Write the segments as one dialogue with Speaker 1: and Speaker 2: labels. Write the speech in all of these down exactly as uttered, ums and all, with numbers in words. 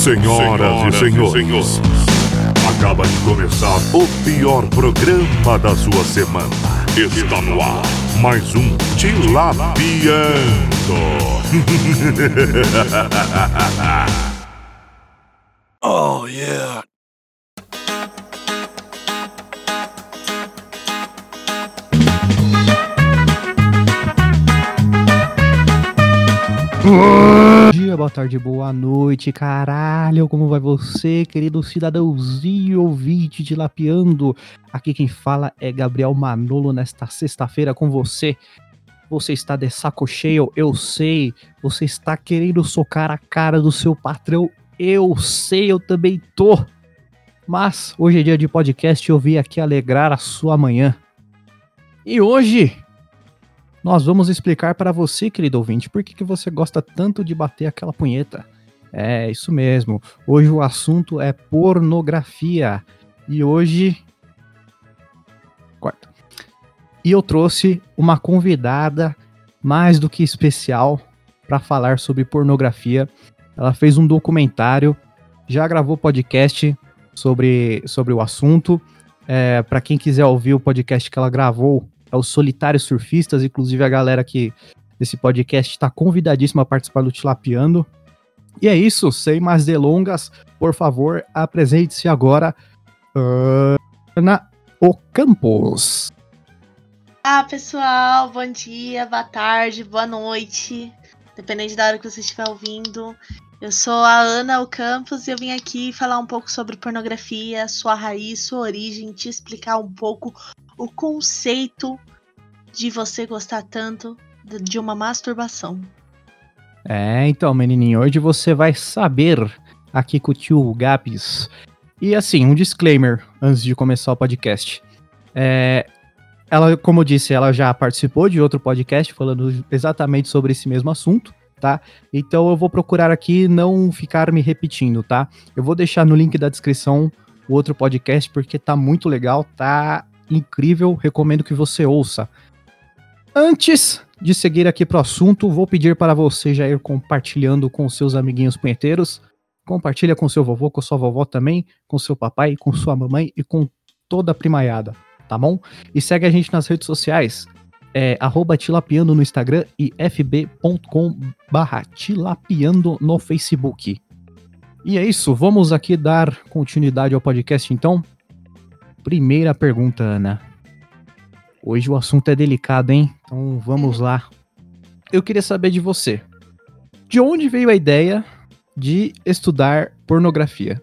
Speaker 1: Senhoras e senhores, acaba de começar o pior programa da sua semana. Está no ar mais um Tilapiando.
Speaker 2: Oh, yeah.
Speaker 3: Bom dia, boa tarde, boa noite, caralho, como vai você, querido cidadãozinho ouvinte de Lapiando? Aqui quem fala é Gabriel Manolo nesta sexta-feira com você. Você está de saco cheio, eu sei. Você está querendo socar a cara do seu patrão, eu sei, eu também tô. Mas hoje é dia de podcast e eu vim aqui alegrar a sua manhã. E hoje nós vamos explicar para você, querido ouvinte, por que, que você gosta tanto de bater aquela punheta. É, isso mesmo. Hoje o assunto é pornografia. E hoje... Corta. E eu trouxe uma convidada mais do que especial para falar sobre pornografia. Ela fez um documentário, já gravou podcast sobre, sobre o assunto. É, para quem quiser ouvir o podcast que ela gravou, é os Solitários Surfistas, inclusive a galera que desse podcast está convidadíssima a participar do Tilapiando. E é isso, sem mais delongas, por favor, apresente-se agora, Ana Ocampos.
Speaker 4: Olá, pessoal, bom dia, boa tarde, boa noite, dependendo da hora que você estiver ouvindo. Eu sou a Ana Ocampos e eu vim aqui falar um pouco sobre pornografia, sua raiz, sua origem, te explicar um pouco o conceito de você gostar tanto de uma masturbação.
Speaker 3: É, então, menininho, hoje você vai saber aqui com o tio Gabs. E assim, um disclaimer antes de começar o podcast. É, ela, como eu disse, ela já participou de outro podcast falando exatamente sobre esse mesmo assunto, tá? Então eu vou procurar aqui não ficar me repetindo, tá? Eu vou deixar no link da descrição o outro podcast porque tá muito legal, tá incrível, recomendo que você ouça. Antes de seguir aqui pro assunto, vou pedir para você já ir compartilhando com seus amiguinhos punheteiros. Compartilha com seu vovô, com sua vovó também, com seu papai, com sua mamãe e com toda a primaiada, tá bom? E segue a gente nas redes sociais, é arroba tilapiando no Instagram e f b ponto com barra tilapiando no Facebook. E é isso, vamos aqui dar continuidade ao podcast então. Primeira pergunta, Ana. Hoje o assunto é delicado, hein? Então vamos lá. Eu queria saber de você. De onde veio a ideia de estudar pornografia?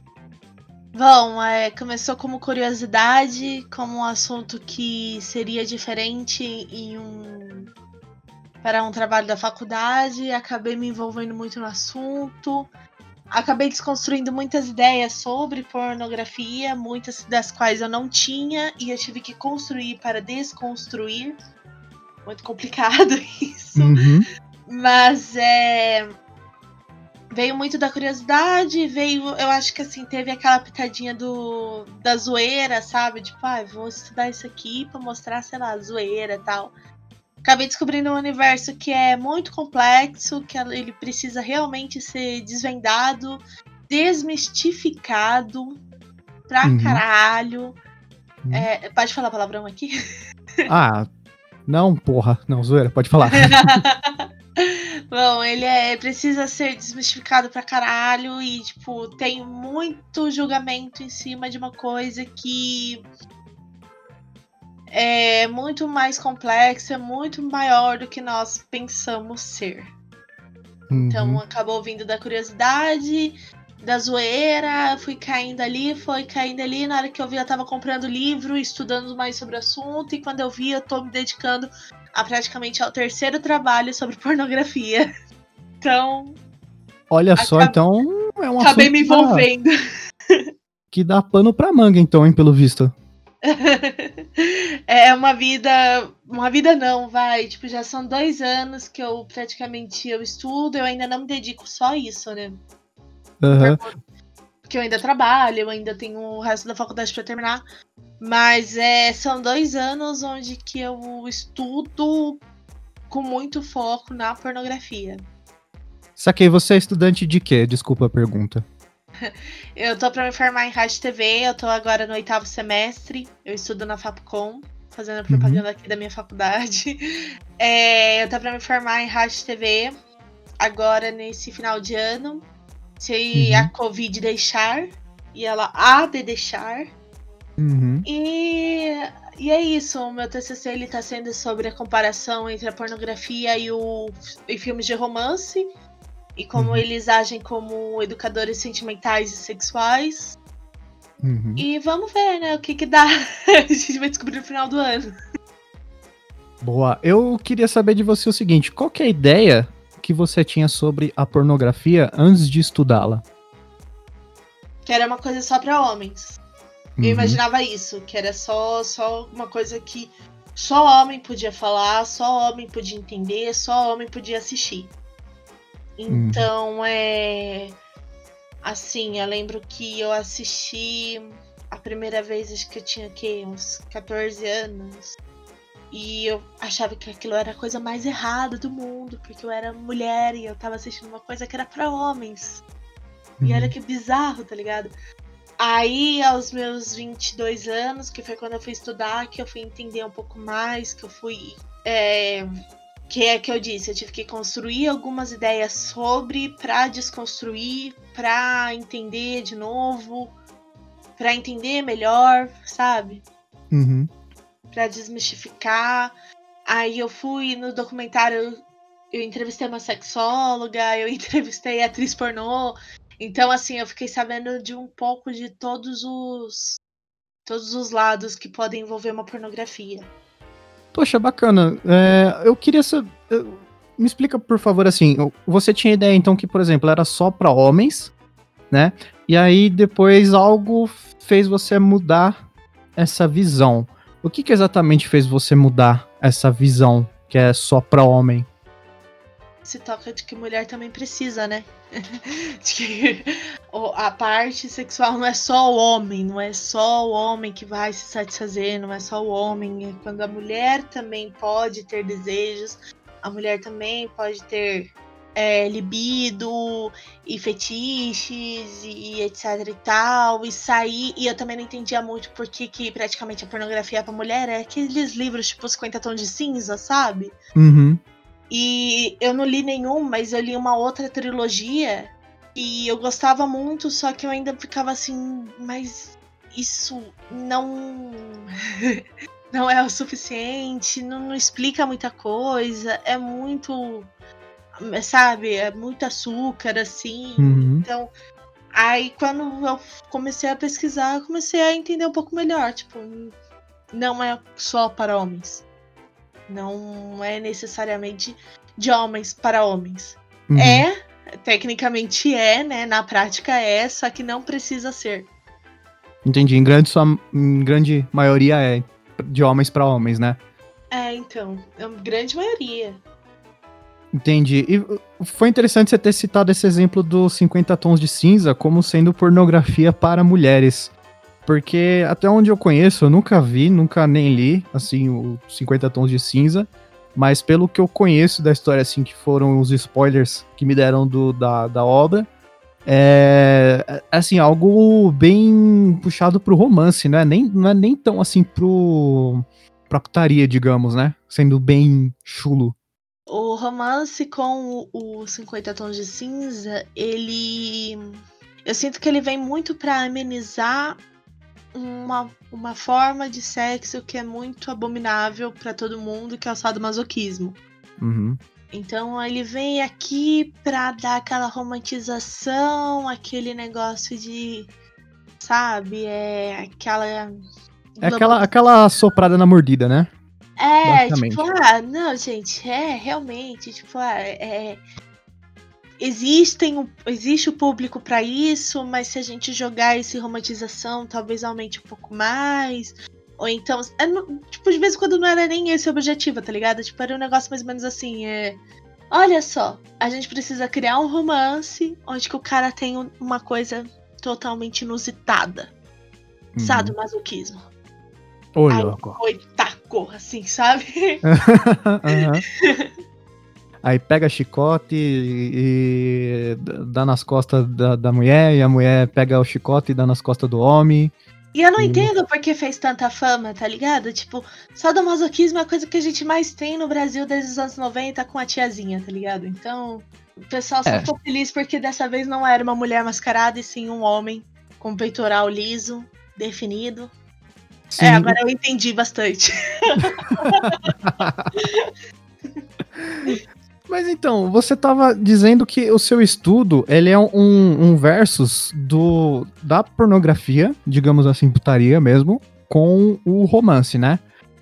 Speaker 4: Bom, é, começou como curiosidade, como um assunto que seria diferente em um, para um trabalho da faculdade. Acabei me envolvendo muito no assunto. Acabei desconstruindo muitas ideias sobre pornografia, muitas das quais eu não tinha e eu tive que construir para desconstruir. Muito complicado isso.
Speaker 3: Uhum.
Speaker 4: Mas é... veio muito da curiosidade, veio, eu acho que assim, teve aquela pitadinha do, da zoeira, sabe? Tipo, ah, vou estudar isso aqui pra mostrar, sei lá, zoeira e tal. Acabei descobrindo um universo que é muito complexo, que ele precisa realmente ser desvendado, desmistificado pra
Speaker 3: Uhum.
Speaker 4: caralho.
Speaker 3: Uhum.
Speaker 4: É, pode falar palavrão aqui?
Speaker 3: Ah, não, porra. Não, zoeira, pode falar.
Speaker 4: Bom, ele é, precisa ser desmistificado pra caralho e, tipo, tem muito julgamento em cima de uma coisa que é muito mais complexa, muito maior do que nós pensamos ser.
Speaker 3: Uhum.
Speaker 4: Então, acabou vindo da curiosidade, da zoeira, fui caindo ali, foi caindo ali. Na hora que eu vi, eu tava comprando livro, estudando mais sobre o assunto, e quando eu vi, eu tô me dedicando a praticamente ao terceiro trabalho sobre pornografia. Então...
Speaker 3: Olha só,
Speaker 4: acabei,
Speaker 3: então é um
Speaker 4: acabei
Speaker 3: assunto
Speaker 4: me envolvendo.
Speaker 3: que dá pano pra manga, então, hein, pelo visto.
Speaker 4: É uma vida... Uma vida não, vai. Tipo, já são dois anos que eu praticamente eu estudo, eu ainda não me dedico só a isso, né?
Speaker 3: Uhum.
Speaker 4: Porque eu ainda trabalho, eu ainda tenho o resto da faculdade pra terminar. Mas é, são dois anos onde que eu estudo com muito foco na pornografia.
Speaker 3: Saquei, você é estudante de quê? Desculpa a pergunta.
Speaker 4: Eu tô pra me formar em rádio e T V, eu tô agora no oitavo semestre, eu estudo na Fapcom, fazendo a propaganda uhum. aqui da minha faculdade. É, eu tô pra me formar em rádio e T V agora nesse final de ano, se uhum. a Covid deixar, e ela há de deixar.
Speaker 3: Uhum.
Speaker 4: E, e é isso, o meu T C C ele tá sendo sobre a comparação entre a pornografia e, o, e filmes de romance, e como uhum. eles agem como educadores sentimentais e sexuais.
Speaker 3: Uhum.
Speaker 4: E vamos ver, né, o que que dá. A gente vai descobrir no final do ano.
Speaker 3: Boa. Eu queria saber de você o seguinte, qual que é a ideia que você tinha sobre a pornografia antes de estudá-la?
Speaker 4: Que era uma coisa só pra homens. Uhum. Eu imaginava isso, que era só, só uma coisa que só homem podia falar, só homem podia entender, só homem podia assistir. Então, uhum. é... Assim, eu lembro que eu assisti a primeira vez, acho que eu tinha, que, uns catorze anos. E eu achava que aquilo era a coisa mais errada do mundo, porque eu era mulher e eu tava assistindo uma coisa que era pra homens. Uhum. E olha que bizarro, tá ligado? Aí, aos meus vinte e dois anos, que foi quando eu fui estudar, que eu fui entender um pouco mais, que eu fui... É... Que é que eu disse, eu tive que construir algumas ideias sobre, pra desconstruir, pra entender de novo, pra entender melhor, sabe?
Speaker 3: Uhum.
Speaker 4: Pra desmistificar. Aí eu fui no documentário, eu entrevistei uma sexóloga, eu entrevistei atriz pornô. Então, assim, eu fiquei sabendo de um pouco de todos os todos os lados que podem envolver uma pornografia.
Speaker 3: Poxa, bacana. É, eu queria saber... Me explica, por favor, assim, você tinha ideia, então, que, por exemplo, era só pra homens, né? E aí, depois, algo fez você mudar essa visão. O que, que exatamente fez você mudar essa visão, que é só pra homem?
Speaker 4: Se toca de que mulher também precisa, né? De que a parte sexual não é só o homem, não é só o homem que vai se satisfazer, não é só o homem. É quando a mulher também pode ter desejos, a mulher também pode ter é, libido e fetiches e etc e tal, e sair. E eu também não entendia muito por que, que praticamente a pornografia pra mulher é aqueles livros tipo cinquenta tons de cinza, sabe?
Speaker 3: Uhum.
Speaker 4: E eu não li nenhum, mas eu li uma outra trilogia e eu gostava muito, só que eu ainda ficava assim, mas isso não não é o suficiente, não, não explica muita coisa, é muito, sabe, é muito açúcar, assim.
Speaker 3: Uhum.
Speaker 4: Então, aí quando eu comecei a pesquisar, eu comecei a entender um pouco melhor, tipo, não é só para homens. Não é necessariamente de homens para homens. Uhum. É, tecnicamente é, né? Na prática é, só que não precisa ser.
Speaker 3: Entendi. Em grande, sua, em grande maioria é de homens para homens, né?
Speaker 4: É, então. É uma grande maioria.
Speaker 3: Entendi. E foi interessante você ter citado esse exemplo dos cinquenta tons de cinza como sendo pornografia para mulheres. Porque até onde eu conheço, eu nunca vi, nunca nem li, assim, o cinquenta tons de cinza. Mas pelo que eu conheço da história, assim, que foram os spoilers que me deram do, da, da obra, é, assim, algo bem puxado pro romance, né? Nem, não é nem tão, assim, pro, pra putaria, digamos, né? Sendo bem chulo.
Speaker 4: O romance com o cinquenta tons de cinza, ele... Eu sinto que ele vem muito pra amenizar Uma, uma forma de sexo que é muito abominável pra todo mundo, que é o sadomasoquismo.
Speaker 3: Uhum.
Speaker 4: Então ele vem aqui pra dar aquela romantização, aquele negócio de, sabe, é aquela...
Speaker 3: É aquela, aquela soprada na mordida, né?
Speaker 4: É, tipo, ah, não, gente, é, realmente, tipo, ah, é... Existem, existe o público pra isso, mas se a gente jogar esse romantização, talvez aumente um pouco mais. Ou então, é, tipo, de vez em quando não era nem esse o objetivo, tá ligado? Tipo, era um negócio mais ou menos assim, é... Olha só, a gente precisa criar um romance onde que o cara tem uma coisa totalmente inusitada. Uhum. Sadomasoquismo.
Speaker 3: Olha,
Speaker 4: foi tacou, assim, sabe?
Speaker 3: Uhum. aí pega chicote e, e dá nas costas da, da mulher, e a mulher pega o chicote e dá nas costas do homem.
Speaker 4: E eu não
Speaker 3: Hum.
Speaker 4: entendo por que fez tanta fama, tá ligado? Tipo, sadomasoquismo é a coisa que a gente mais tem no Brasil desde os anos noventa com a tiazinha, tá ligado? Então, o pessoal só
Speaker 3: É.
Speaker 4: ficou feliz porque dessa vez não era uma mulher mascarada e sim um homem com peitoral liso, definido.
Speaker 3: Sim,
Speaker 4: É, agora eu entendi bastante.
Speaker 3: Mas então, você tava dizendo que o seu estudo, ele é um, um versus do, da pornografia, digamos assim, putaria mesmo, com o romance, né?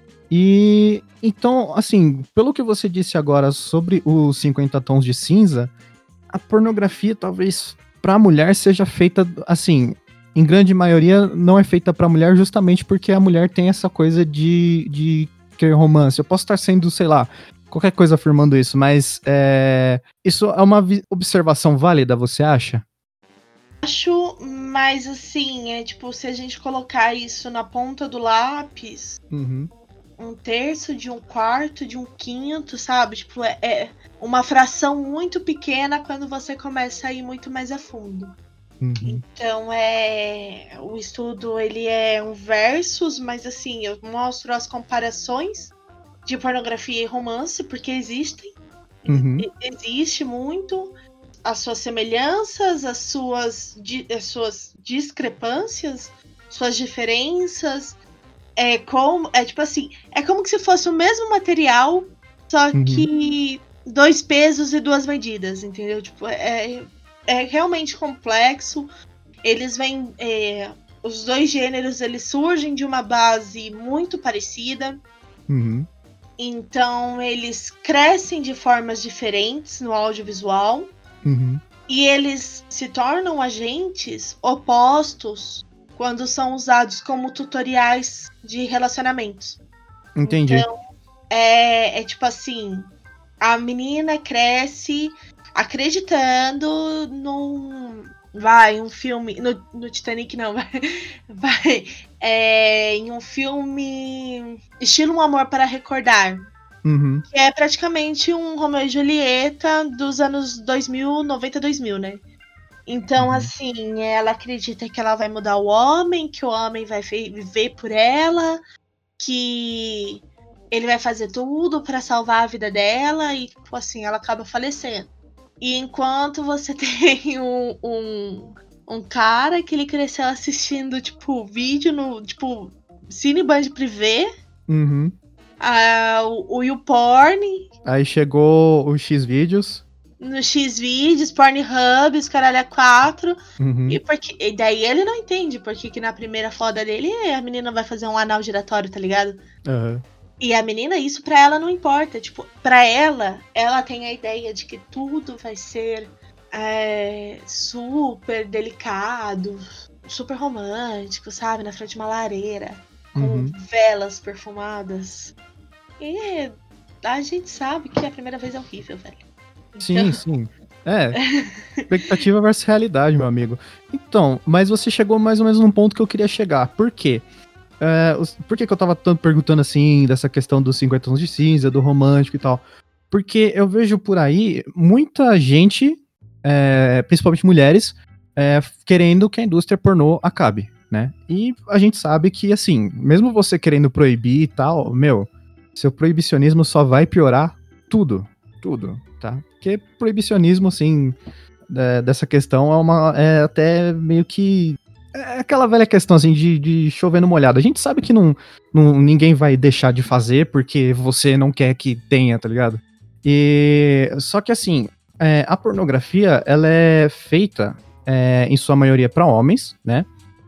Speaker 3: E, então, assim, pelo que você disse agora sobre os cinquenta tons de cinza, a pornografia talvez pra mulher seja feita, assim, em grande maioria não é feita pra mulher justamente porque a mulher tem essa coisa de, de querer romance. Eu posso estar sendo, sei lá, qualquer coisa afirmando isso, mas é, isso é uma vi- observação válida, você acha?
Speaker 4: Acho, mas assim, é tipo, se a gente colocar isso na ponta do lápis,
Speaker 3: Uhum.
Speaker 4: um terço de um quarto, de um quinto, sabe? Tipo, é, é uma fração muito pequena quando você começa a ir muito mais a fundo.
Speaker 3: Uhum.
Speaker 4: Então, é o estudo, ele é um versus, mas assim, eu mostro as comparações de pornografia e romance, porque existem.
Speaker 3: Uhum.
Speaker 4: E- Existe muito as suas semelhanças, as suas, di- as suas discrepâncias, suas diferenças. É como, é tipo assim, é como que se fosse o mesmo material, só
Speaker 3: Uhum.
Speaker 4: que dois pesos e duas medidas, entendeu? Tipo, é, é realmente complexo. Eles vêm, é, os dois gêneros, eles surgem de uma base muito parecida.
Speaker 3: Uhum.
Speaker 4: Então, eles crescem de formas diferentes no audiovisual.
Speaker 3: Uhum.
Speaker 4: E eles se tornam agentes opostos quando são usados como tutoriais de relacionamentos.
Speaker 3: Entendi.
Speaker 4: Então, é, é tipo assim, a menina cresce acreditando num... Vai, um filme... No, no Titanic não, vai... vai é, em um filme estilo Um Amor para Recordar.
Speaker 3: Uhum.
Speaker 4: Que é praticamente um Romeu e Julieta dos anos dois mil, noventa, dois mil, né? Então,
Speaker 3: Uhum.
Speaker 4: assim, ela acredita que ela vai mudar o homem, que o homem vai fe- viver por ela, que ele vai fazer tudo pra salvar a vida dela e, tipo assim, ela acaba falecendo. E enquanto você tem um, um, um cara que ele cresceu assistindo, tipo, vídeo no, tipo, Cine Band Privé,
Speaker 3: Uhum.
Speaker 4: a, o, o YouPorn,
Speaker 3: Aí chegou o X-Vídeos.
Speaker 4: no Xvideos, Pornhub, os caralho é quatro.
Speaker 3: Uhum.
Speaker 4: E, porque, e daí ele não entende porque que na primeira foda dele a menina vai fazer um anal giratório, tá ligado?
Speaker 3: Uhum.
Speaker 4: E a menina, isso pra ela não importa. Tipo, pra ela, ela tem a ideia de que tudo vai ser é, super delicado, super romântico, sabe? Na frente de uma lareira, com
Speaker 3: Uhum.
Speaker 4: velas perfumadas. E a gente sabe que a primeira vez é horrível, velho.
Speaker 3: Sim,
Speaker 4: Então,
Speaker 3: sim. É, expectativa versus realidade, meu amigo. Então, mas você chegou mais ou menos num ponto que eu queria chegar. Por quê? É, os- por que, que eu tava tanto perguntando assim, dessa questão dos cinquenta tons de cinza, do romântico e tal? Porque eu vejo por aí muita gente, é, principalmente mulheres, é, querendo que a indústria pornô acabe, né? E a gente sabe que, assim, mesmo você querendo proibir e tal, meu, seu proibicionismo só vai piorar tudo, tudo, tá? Porque proibicionismo, assim, é, dessa questão é uma é até meio que é aquela velha questão assim de, de chover no molhado. A gente sabe que não, não ninguém vai deixar de fazer porque você não quer que tenha, tá ligado? E só que assim, é, a pornografia ela é feita é, em sua maioria para homens, né?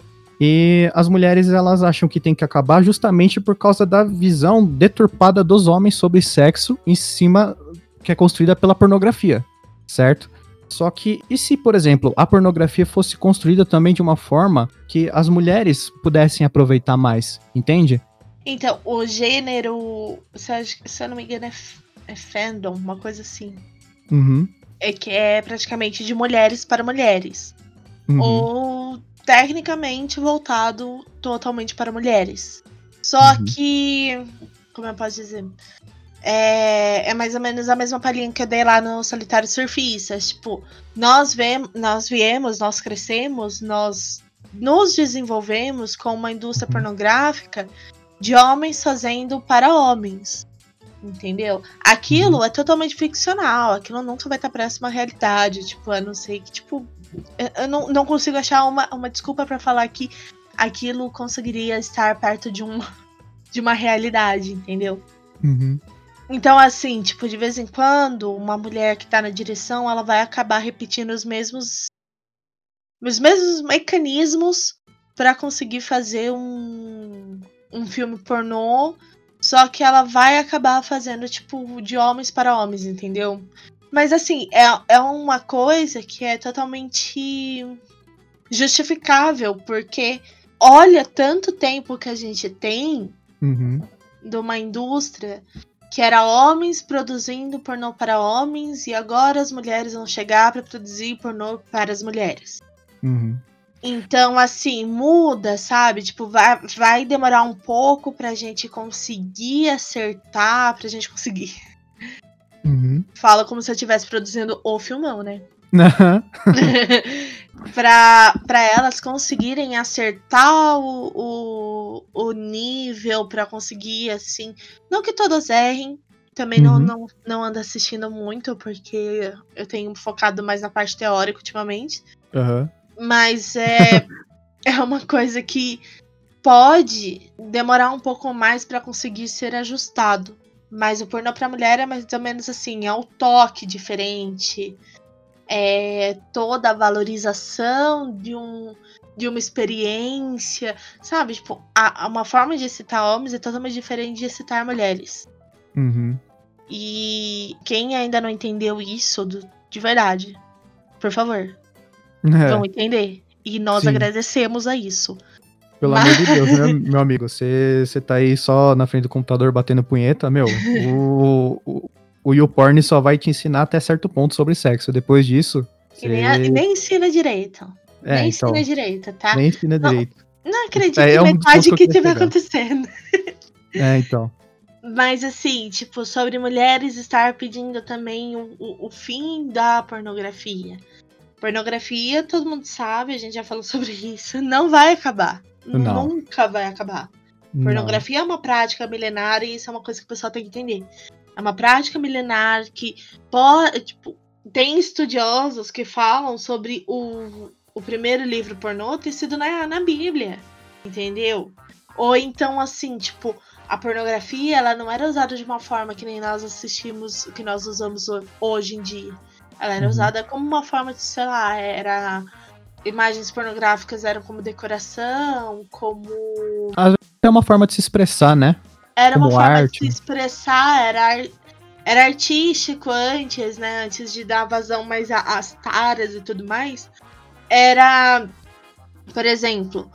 Speaker 3: E as mulheres elas acham que tem que acabar justamente por causa da visão deturpada dos homens sobre sexo em cima que é construída pela pornografia, certo? Só que, e se, por exemplo, a pornografia fosse construída também de uma forma que as mulheres pudessem aproveitar mais, entende?
Speaker 4: então, o gênero, se eu, acho- se eu não me engano, é, f- é fandom, uma coisa assim.
Speaker 3: Uhum,
Speaker 4: É que é praticamente de mulheres para mulheres.
Speaker 3: uhum,
Speaker 4: Ou tecnicamente voltado totalmente para mulheres. Só
Speaker 3: uhum.
Speaker 4: que, como eu posso dizer? é, é mais ou menos a mesma palhinha que eu dei lá no Solitário Surfista. Tipo, nós, vemos, nós viemos, nós crescemos, nós nos desenvolvemos com uma indústria pornográfica de homens fazendo para homens. Entendeu? Aquilo é totalmente ficcional. Aquilo nunca vai estar próximo à realidade. Tipo, eu não sei que, tipo... Eu não, não consigo achar uma, uma desculpa pra falar que aquilo conseguiria estar perto de uma, de uma realidade, entendeu?
Speaker 3: Uhum.
Speaker 4: Então, assim, tipo, de vez em quando, uma mulher que tá na direção, ela vai acabar repetindo os mesmos... Os mesmos mecanismos pra conseguir fazer um, um filme pornô. Só que ela vai acabar fazendo, tipo, de homens para homens, entendeu? Mas, assim, é, é uma coisa que é totalmente justificável, porque olha tanto tempo que a gente tem
Speaker 3: Uhum.
Speaker 4: de uma indústria que era homens produzindo pornô para homens e agora as mulheres vão chegar para produzir pornô para as mulheres.
Speaker 3: Uhum.
Speaker 4: Então, assim, muda, sabe? Tipo, vai, vai demorar um pouco pra gente conseguir acertar, pra gente conseguir.
Speaker 3: Uhum.
Speaker 4: Fala como se eu estivesse produzindo o filmão, né?
Speaker 3: Uhum.
Speaker 4: pra, pra elas conseguirem acertar o, o, o nível, pra conseguir, assim... Não que todas errem, também
Speaker 3: Uhum.
Speaker 4: não, não, não ando assistindo muito, porque eu tenho focado mais na parte teórica ultimamente.
Speaker 3: Uhum.
Speaker 4: Mas é, é uma coisa que pode demorar um pouco mais para conseguir ser ajustado. Mas o pornô para mulher é mais ou menos assim, é um toque diferente. É toda a valorização de, um, de uma experiência. Sabe? Tipo, a, uma forma de excitar homens é totalmente diferente de excitar mulheres.
Speaker 3: Uhum.
Speaker 4: E quem ainda não entendeu isso, do, de verdade, por favor,
Speaker 3: É,
Speaker 4: vão entender. E nós
Speaker 3: sim.
Speaker 4: agradecemos a isso.
Speaker 3: Pelo
Speaker 4: Mas-
Speaker 3: amor de Deus, né, meu amigo? Você tá aí só na frente do computador batendo punheta, meu. O, o, o YouPorn só vai te ensinar até certo ponto sobre sexo. Depois disso.
Speaker 4: E nem, a- e
Speaker 3: Você...
Speaker 4: nem ensina direito.
Speaker 3: É,
Speaker 4: nem
Speaker 3: então.
Speaker 4: ensina direito, tá?
Speaker 3: Nem ensina
Speaker 4: Não,
Speaker 3: direito.
Speaker 4: não acredito
Speaker 3: É,
Speaker 4: em
Speaker 3: é um dos pontos
Speaker 4: metade
Speaker 3: que eu
Speaker 4: que
Speaker 3: queria
Speaker 4: estiver
Speaker 3: chegar.
Speaker 4: acontecendo.
Speaker 3: É, então.
Speaker 4: Mas assim, tipo, sobre mulheres estar pedindo também o, o, o fim da pornografia. Pornografia, todo mundo sabe, a gente já falou sobre isso, não vai acabar.
Speaker 3: Não.
Speaker 4: Nunca vai acabar.
Speaker 3: Não.
Speaker 4: Pornografia é uma prática milenar e isso é uma coisa que o pessoal tem que entender. É uma prática milenar que pode, tipo, tem estudiosos que falam sobre o, o primeiro livro pornô ter sido na, na Bíblia, entendeu? Ou então, assim, tipo, a pornografia, ela não era usada de uma forma que nem nós assistimos, que nós usamos hoje em dia. Ela era
Speaker 3: Uhum.
Speaker 4: usada como uma forma de, sei lá, era... Imagens pornográficas eram como decoração, como...
Speaker 3: É uma forma de se expressar, né?
Speaker 4: Era
Speaker 3: Como
Speaker 4: uma forma
Speaker 3: arte.
Speaker 4: de se expressar, era, ar- era artístico antes, né? Antes de dar vazão mais a- às taras e tudo mais. Era, por exemplo,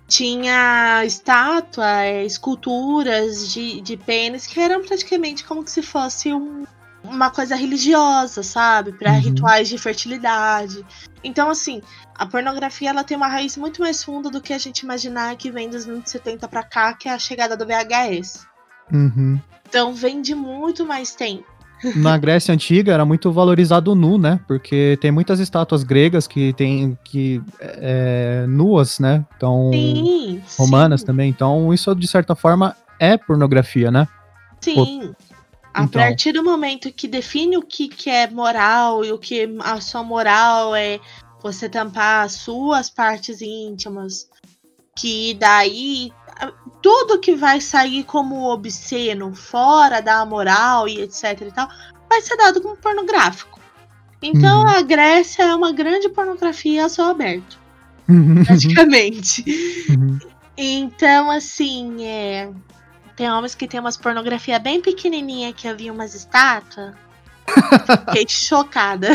Speaker 4: tinha estátua, é, esculturas de, de pênis que eram praticamente como que se fosse um- uma coisa religiosa, sabe? Para
Speaker 3: Uhum.
Speaker 4: rituais de fertilidade. Então, assim, a pornografia ela tem uma raiz muito mais funda do que a gente imaginar que vem dos anos setenta pra cá, que é a chegada do V H S.
Speaker 3: Uhum.
Speaker 4: Então vem de muito mais tempo.
Speaker 3: Na Grécia Antiga era muito valorizado o nu, né? Porque tem muitas estátuas gregas que tem que é, nuas, né? Então,
Speaker 4: Sim,
Speaker 3: romanas
Speaker 4: sim,
Speaker 3: também. Então, isso de certa forma é pornografia, né?
Speaker 4: sim. A
Speaker 3: Então.
Speaker 4: partir do momento que define o que, que é moral e o que a sua moral é você tampar as suas partes íntimas, que daí tudo que vai sair como obsceno, fora da moral e etc e tal, vai ser dado como pornográfico. Então
Speaker 3: Uhum.
Speaker 4: a Grécia é uma grande pornografia a céu aberto,
Speaker 3: Uhum.
Speaker 4: praticamente.
Speaker 3: Uhum.
Speaker 4: Então, assim, é... tem homens que tem umas pornografia bem pequenininha que eu vi umas estátuas. Fiquei chocada.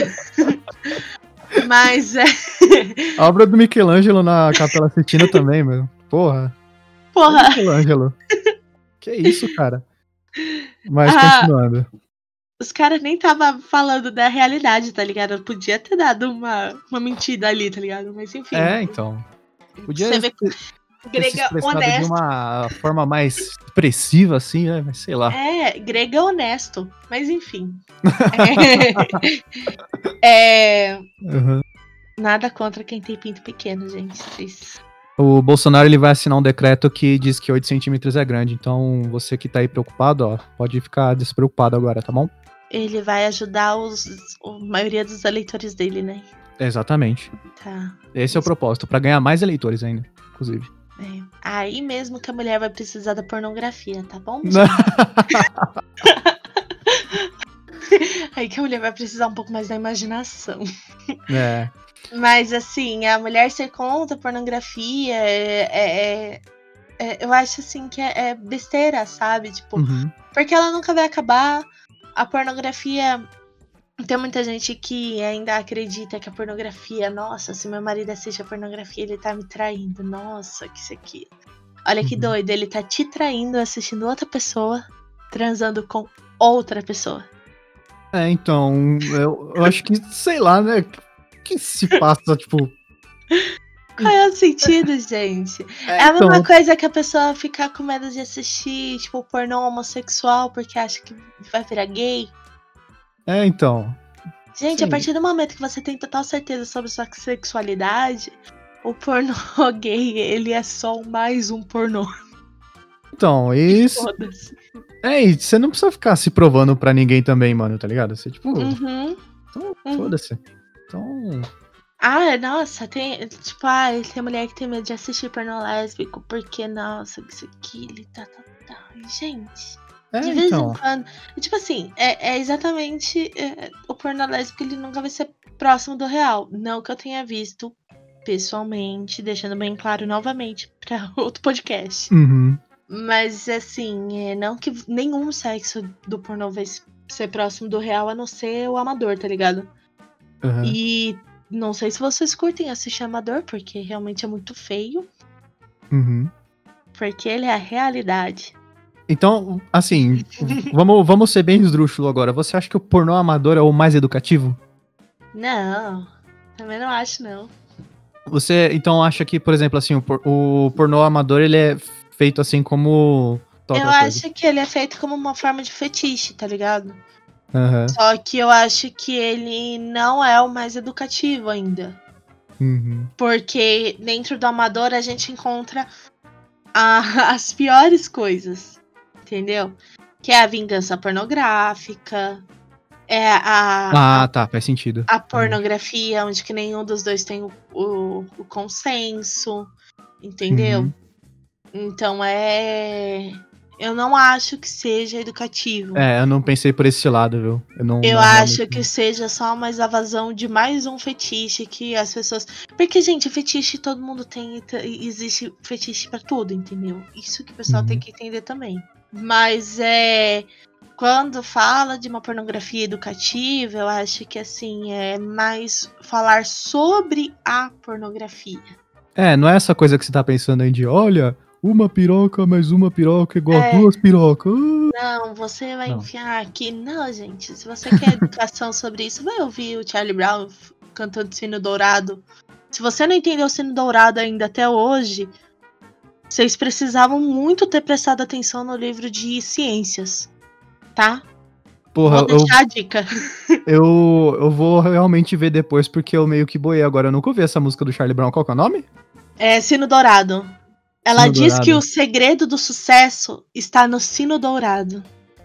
Speaker 4: Mas é.
Speaker 3: A obra do Michelangelo na Capela Sistina também, meu. Porra.
Speaker 4: Porra.
Speaker 3: Michelangelo. Que isso, cara. Mas
Speaker 4: Ah,
Speaker 3: continuando.
Speaker 4: os caras nem tava falando da realidade, tá ligado? Eu podia ter dado uma, uma mentira ali, tá ligado? Mas enfim.
Speaker 3: É, então. Podia
Speaker 4: Você vê,
Speaker 3: ter se
Speaker 4: Grega
Speaker 3: expressado de
Speaker 4: honesto.
Speaker 3: uma forma mais expressiva, assim, né? Mas sei lá.
Speaker 4: É, grega honesto. Mas enfim. É, é,
Speaker 3: Uhum.
Speaker 4: nada contra quem tem pinto pequeno, gente. Vocês-
Speaker 3: O Bolsonaro ele vai assinar um decreto que diz que oito centímetros é grande. Então, você que tá aí preocupado, ó, pode ficar despreocupado agora, tá bom?
Speaker 4: Ele vai ajudar os, a maioria dos eleitores dele, né?
Speaker 3: Exatamente.
Speaker 4: Tá.
Speaker 3: Esse é o propósito, pra ganhar mais eleitores ainda, inclusive.
Speaker 4: É. Aí mesmo que a mulher vai precisar da pornografia, tá bom? Aí que a mulher vai precisar um pouco mais da imaginação.
Speaker 3: É.
Speaker 4: Mas assim, a mulher ser contra a pornografia é, é- é- é- eu acho assim que é, é besteira, sabe? Tipo,
Speaker 3: Uhum.
Speaker 4: porque ela nunca vai acabar. A pornografia. Tem muita gente que ainda acredita que a pornografia, nossa, se meu marido assiste a pornografia, ele tá me traindo. Nossa, que isso aqui. Olha que
Speaker 3: Uhum.
Speaker 4: doido, ele tá te traindo assistindo outra pessoa, transando com outra pessoa.
Speaker 3: É, então, eu, eu acho que, sei lá, né? O que se passa, tipo.
Speaker 4: Qual é o sentido, gente? É a
Speaker 3: então,
Speaker 4: mesma coisa que a pessoa ficar com medo de assistir, tipo, pornô homossexual porque acha que vai virar gay.
Speaker 3: É, então.
Speaker 4: Gente,
Speaker 3: Sim.
Speaker 4: a partir do momento que você tem total certeza sobre sua sexualidade, o pornô gay, ele é só mais um pornô.
Speaker 3: Então, isso.
Speaker 4: Foda-se.
Speaker 3: É, e você não precisa ficar se provando pra ninguém também, mano, tá ligado? Você, tipo,
Speaker 4: Uhum.
Speaker 3: então,
Speaker 4: Uhum.
Speaker 3: foda-se. Então.
Speaker 4: Ah, nossa, tem. Tipo, ah, tem mulher que tem medo de assistir pornô lésbico, porque, nossa, isso aqui, ele tá, tá, tá. Gente.
Speaker 3: É,
Speaker 4: De vez
Speaker 3: então.
Speaker 4: em quando. Tipo assim, é, é exatamente. É, o pornô lésbico ele nunca vai ser próximo do real. Não que eu tenha visto pessoalmente, deixando bem claro novamente pra outro podcast.
Speaker 3: Uhum.
Speaker 4: Mas assim, é, não que nenhum sexo do pornô vai ser próximo do real, a não ser o amador, tá ligado?
Speaker 3: Uhum.
Speaker 4: E não sei se vocês curtem assistir amador, porque realmente é muito feio.
Speaker 3: Uhum.
Speaker 4: Porque ele é a realidade.
Speaker 3: Então, assim, vamos, vamos ser bem esdrúxulo agora. Você acha que o pornô amador é o mais educativo?
Speaker 4: Não, também não acho, não.
Speaker 3: Você, então, acha que, por exemplo, assim, o, por- o pornô amador, ele é feito assim como...
Speaker 4: Eu
Speaker 3: outra coisa?
Speaker 4: acho que ele é feito como uma forma de fetiche, tá ligado?
Speaker 3: Aham.
Speaker 4: Só que eu acho que ele não é o mais educativo ainda.
Speaker 3: Uhum.
Speaker 4: Porque dentro do amador a gente encontra a- as piores coisas, entendeu? Que é a vingança pornográfica, é a,
Speaker 3: Ah, tá, faz sentido.
Speaker 4: a pornografia onde que nenhum dos dois tem o, o- o consenso, entendeu?
Speaker 3: Uhum.
Speaker 4: Então é... Eu não acho que seja educativo.
Speaker 3: É, eu não pensei por esse lado, viu? Eu, não,
Speaker 4: Eu
Speaker 3: não
Speaker 4: acho
Speaker 3: realmente
Speaker 4: que
Speaker 3: não.
Speaker 4: seja só uma exavasão de mais um fetiche que as pessoas. Porque, gente, fetiche todo mundo tem. e t- e existe fetiche pra tudo, entendeu? Isso que o pessoal
Speaker 3: Uhum.
Speaker 4: tem que entender também. Mas é. Quando fala de uma pornografia educativa, eu acho que assim é mais falar sobre a pornografia.
Speaker 3: É, não é essa coisa que você tá pensando aí de, olha, uma piroca mais uma piroca igual
Speaker 4: É.
Speaker 3: a duas pirocas. Ah.
Speaker 4: Não, você vai
Speaker 3: Não.
Speaker 4: enfiar aqui. Não, gente. Se você quer educação sobre isso, vai ouvir o Charlie Brown f- cantando Sino Dourado. Se você não entendeu o Sino Dourado ainda até hoje, vocês precisavam muito ter prestado atenção no livro de ciências, tá?
Speaker 3: Porra,
Speaker 4: Vou
Speaker 3: eu,
Speaker 4: deixar a dica.
Speaker 3: eu, eu vou realmente ver depois, porque eu meio que boiei agora. Eu nunca ouvi essa música do Charlie Brown. Qual que é o nome?
Speaker 4: É Sino Dourado. Ela
Speaker 3: Sino
Speaker 4: diz
Speaker 3: Dourado.
Speaker 4: que o segredo do sucesso está no Sino Dourado.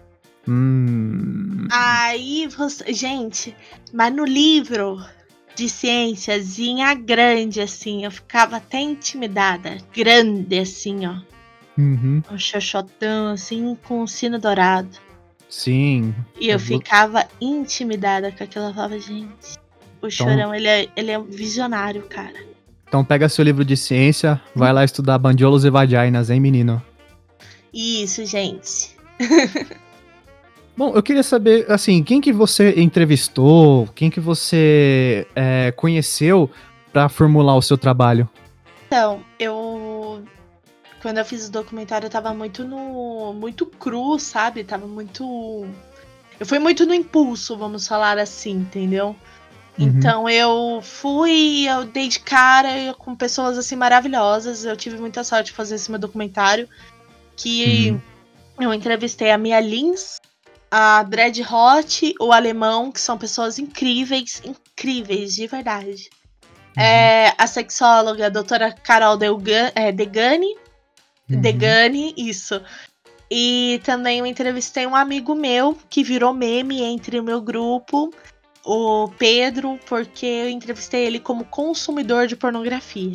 Speaker 3: Hum.
Speaker 4: Aí você. Gente, mas no livro de ciênciazinha grande, assim, eu ficava até intimidada. Grande, assim, ó.
Speaker 3: Uhum.
Speaker 4: Um xoxotão, assim, com o sino dourado.
Speaker 3: Sim.
Speaker 4: E eu
Speaker 3: Eu vou-
Speaker 4: ficava intimidada com aquilo. Eu falava, gente, o Chorão, ele é, ele é um visionário, cara.
Speaker 3: Então pega seu livro de ciência, vai lá estudar bandiolos e vaginas, hein, menino?
Speaker 4: Isso, gente.
Speaker 3: Bom, eu queria saber, assim, quem que você entrevistou, quem que você é, conheceu pra formular o seu trabalho?
Speaker 4: Então, eu. Quando eu fiz o documentário, eu tava muito no. Muito cru, sabe? Tava muito. Eu fui muito no impulso, vamos falar assim, entendeu?
Speaker 3: Uhum.
Speaker 4: Então eu fui, eu dei de cara com pessoas assim maravilhosas. Eu tive muita sorte de fazer esse meu documentário. Que
Speaker 3: Uhum.
Speaker 4: eu entrevistei a Mia Lins, a Dread Hot, o Alemão, que são pessoas incríveis, incríveis, de verdade.
Speaker 3: Uhum.
Speaker 4: É, a sexóloga, a doutora Carol Delga- é, Degani.
Speaker 3: Uhum.
Speaker 4: Degani, isso. E também eu entrevistei um amigo meu que virou meme entre o meu grupo, o Pedro, porque eu entrevistei ele como consumidor de pornografia.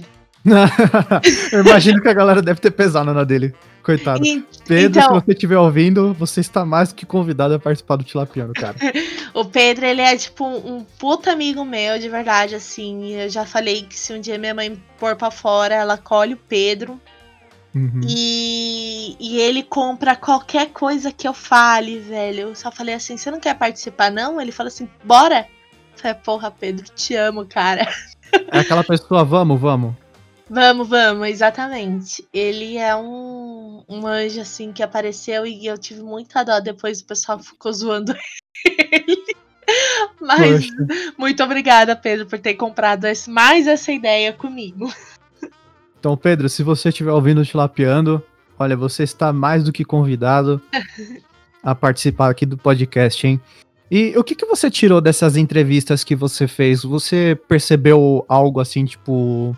Speaker 3: Eu imagino que a galera deve ter pesado na dele. Coitado.
Speaker 4: E-
Speaker 3: Pedro,
Speaker 4: então,
Speaker 3: se você estiver ouvindo, você está mais do que convidado a participar do Tilapiano, cara.
Speaker 4: o Pedro, ele é tipo um, um puta amigo meu, de verdade, assim. Eu já falei que se um dia minha mãe pôr pra fora, ela colhe o Pedro.
Speaker 3: Uhum.
Speaker 4: E, e ele compra qualquer coisa que eu fale, velho. Eu só falei assim, você não quer participar, não? Ele falou assim, bora! Eu falei, porra, Pedro, te amo, cara.
Speaker 3: É aquela pessoa, vamos, vamos.
Speaker 4: Vamos, vamos, exatamente. Ele é um, um anjo, assim, que apareceu e eu tive muita dó. Depois o pessoal ficou zoando ele. Mas
Speaker 3: Poxa.
Speaker 4: muito obrigada, Pedro, por ter comprado esse, mais essa ideia comigo.
Speaker 3: Então, Pedro, se você estiver ouvindo o Tilapiando, olha, você está mais do que convidado a participar aqui do podcast, hein? E o que, que você tirou dessas entrevistas que você fez? Você percebeu algo assim, tipo...